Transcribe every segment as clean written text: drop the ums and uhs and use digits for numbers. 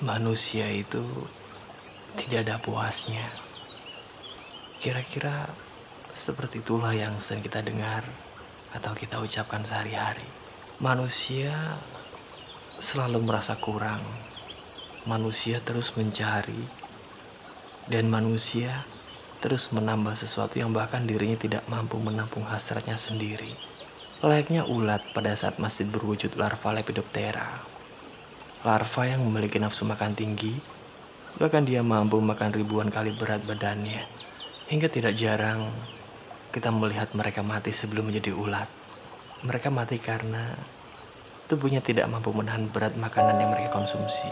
Manusia itu tidak ada puasnya. Kira-kira seperti itulah yang sering kita dengar atau kita ucapkan sehari-hari. Manusia selalu merasa kurang. Manusia terus mencari. Dan manusia terus menambah sesuatu yang bahkan dirinya tidak mampu menampung hasratnya sendiri. Layaknya ulat pada saat masih berwujud larva Lepidoptera. Larva yang memiliki nafsu makan tinggi, bahkan dia mampu makan ribuan kali berat badannya. Hingga tidak jarang kita melihat mereka mati sebelum menjadi ulat. Mereka mati karena tubuhnya tidak mampu menahan berat makanan yang mereka konsumsi.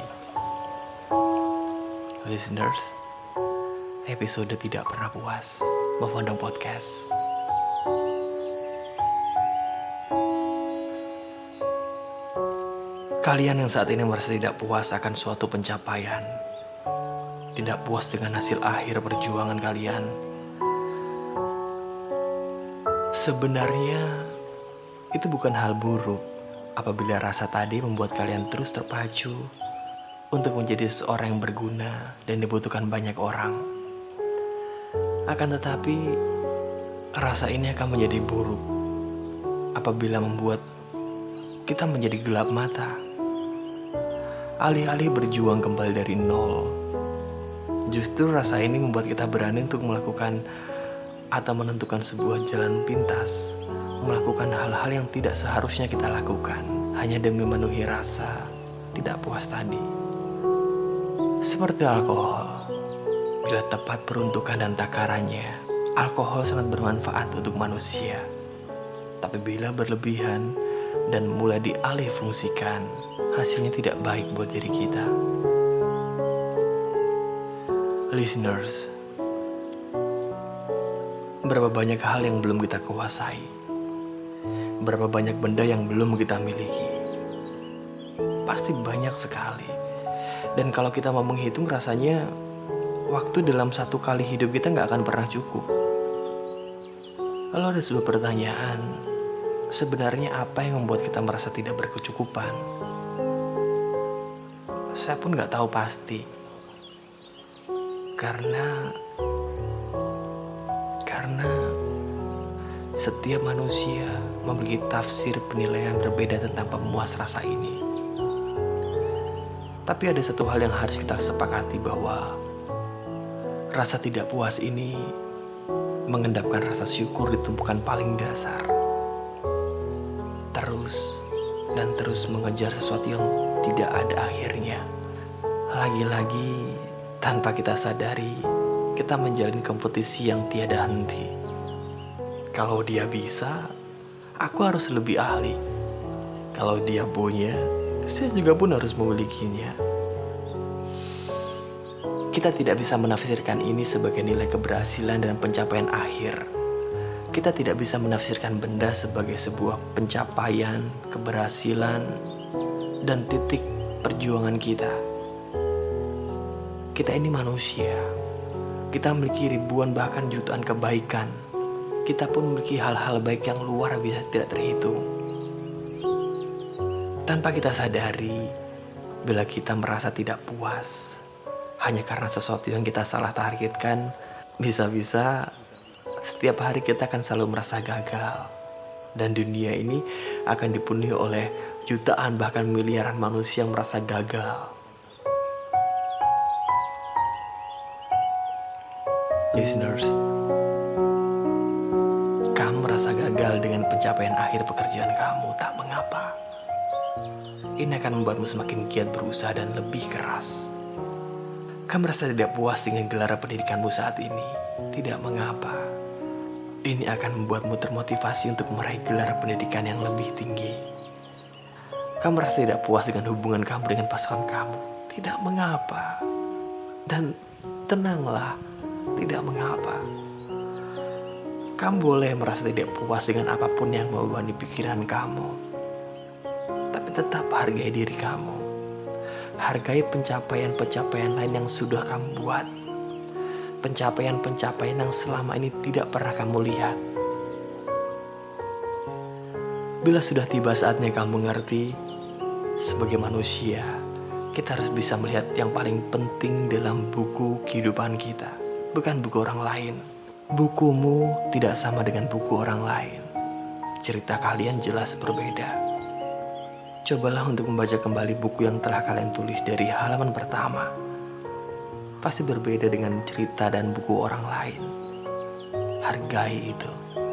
Listeners, episode tidak pernah puas, Move Podcast. Kalian yang saat ini merasa tidak puas akan suatu pencapaian, tidak puas dengan hasil akhir perjuangan kalian. Sebenarnya itu bukan hal buruk apabila rasa tadi membuat kalian terus terpacu untuk menjadi seorang yang berguna dan dibutuhkan banyak orang. Akan tetapi, rasa ini akan menjadi buruk apabila membuat kita menjadi gelap mata. Alih-alih berjuang kembali dari nol, justru rasa ini membuat kita berani untuk melakukan atau menentukan sebuah jalan pintas, melakukan hal-hal yang tidak seharusnya kita lakukan, hanya demi memenuhi rasa tidak puas tadi. Seperti alkohol, bila tepat peruntukan dan takarannya, alkohol sangat bermanfaat untuk manusia. Tapi bila berlebihan dan mulai dialih fungsikan, hasilnya tidak baik buat diri kita. Listeners, berapa banyak hal yang belum kita kuasai, berapa banyak benda yang belum kita miliki. Pasti banyak sekali. Dan kalau kita mau menghitung, rasanya waktu dalam satu kali hidup kita gak akan pernah cukup. Lalu ada sebuah pertanyaan, sebenarnya apa yang membuat kita merasa tidak berkecukupan? Saya pun gak tahu pasti. Karena setiap manusia memiliki tafsir penilaian berbeda tentang pemuas rasa ini. Tapi ada satu hal yang harus kita sepakati, bahwa rasa tidak puas ini mengendapkan rasa syukur di tumpukan paling dasar. Terus dan terus mengejar sesuatu yang tidak ada akhirnya. Lagi-lagi tanpa kita sadari, kita menjalin kompetisi yang tiada henti. Kalau dia bisa, aku harus lebih ahli. Kalau dia punya, saya juga pun harus memilikinya. Kita tidak bisa menafsirkan ini sebagai nilai keberhasilan dan pencapaian akhir. Kita tidak bisa menafsirkan benda sebagai sebuah pencapaian, keberhasilan, dan titik perjuangan kita. Kita ini manusia. Kita memiliki ribuan bahkan jutaan kebaikan. Kita pun memiliki hal-hal baik yang luar biasa tidak terhitung. Tanpa kita sadari, bila kita merasa tidak puas hanya karena sesuatu yang kita salah targetkan, bisa-bisa setiap hari kita akan selalu merasa gagal. Dan dunia ini akan dipenuhi oleh jutaan bahkan miliaran manusia yang merasa gagal. Listeners, kamu merasa gagal dengan pencapaian akhir pekerjaan kamu, tak mengapa. Ini akan membuatmu semakin giat berusaha dan lebih keras. Kamu merasa tidak puas dengan gelar pendidikanmu saat ini, tidak mengapa. Ini akan membuatmu termotivasi untuk meraih gelar pendidikan yang lebih tinggi. Kamu merasa tidak puas dengan hubungan kamu dengan pasangan kamu, tidak mengapa. Dan tenanglah, tidak mengapa. Kamu boleh merasa tidak puas dengan apapun yang membebani pikiran kamu. Tapi tetap hargai diri kamu. Hargai pencapaian-pencapaian lain yang sudah kamu buat. Pencapaian-pencapaian yang selama ini tidak pernah kamu lihat. Bila sudah tiba saatnya kamu mengerti, sebagai manusia, kita harus bisa melihat yang paling penting dalam buku kehidupan kita, bukan buku orang lain. Bukumu tidak sama dengan buku orang lain. Cerita kalian jelas berbeda. Cobalah untuk membaca kembali buku yang telah kalian tulis dari halaman pertama. Pasti berbeda dengan cerita dan buku orang lain. Hargai itu.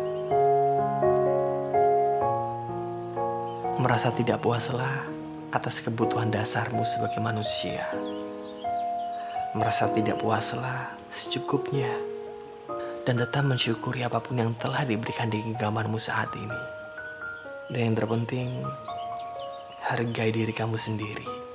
Merasa tidak puaslah atas kebutuhan dasarmu sebagai manusia. Merasa tidak puaslah secukupnya. Dan tetap mensyukuri apapun yang telah diberikan di genggamanmu saat ini. Dan yang terpenting, hargai diri kamu sendiri.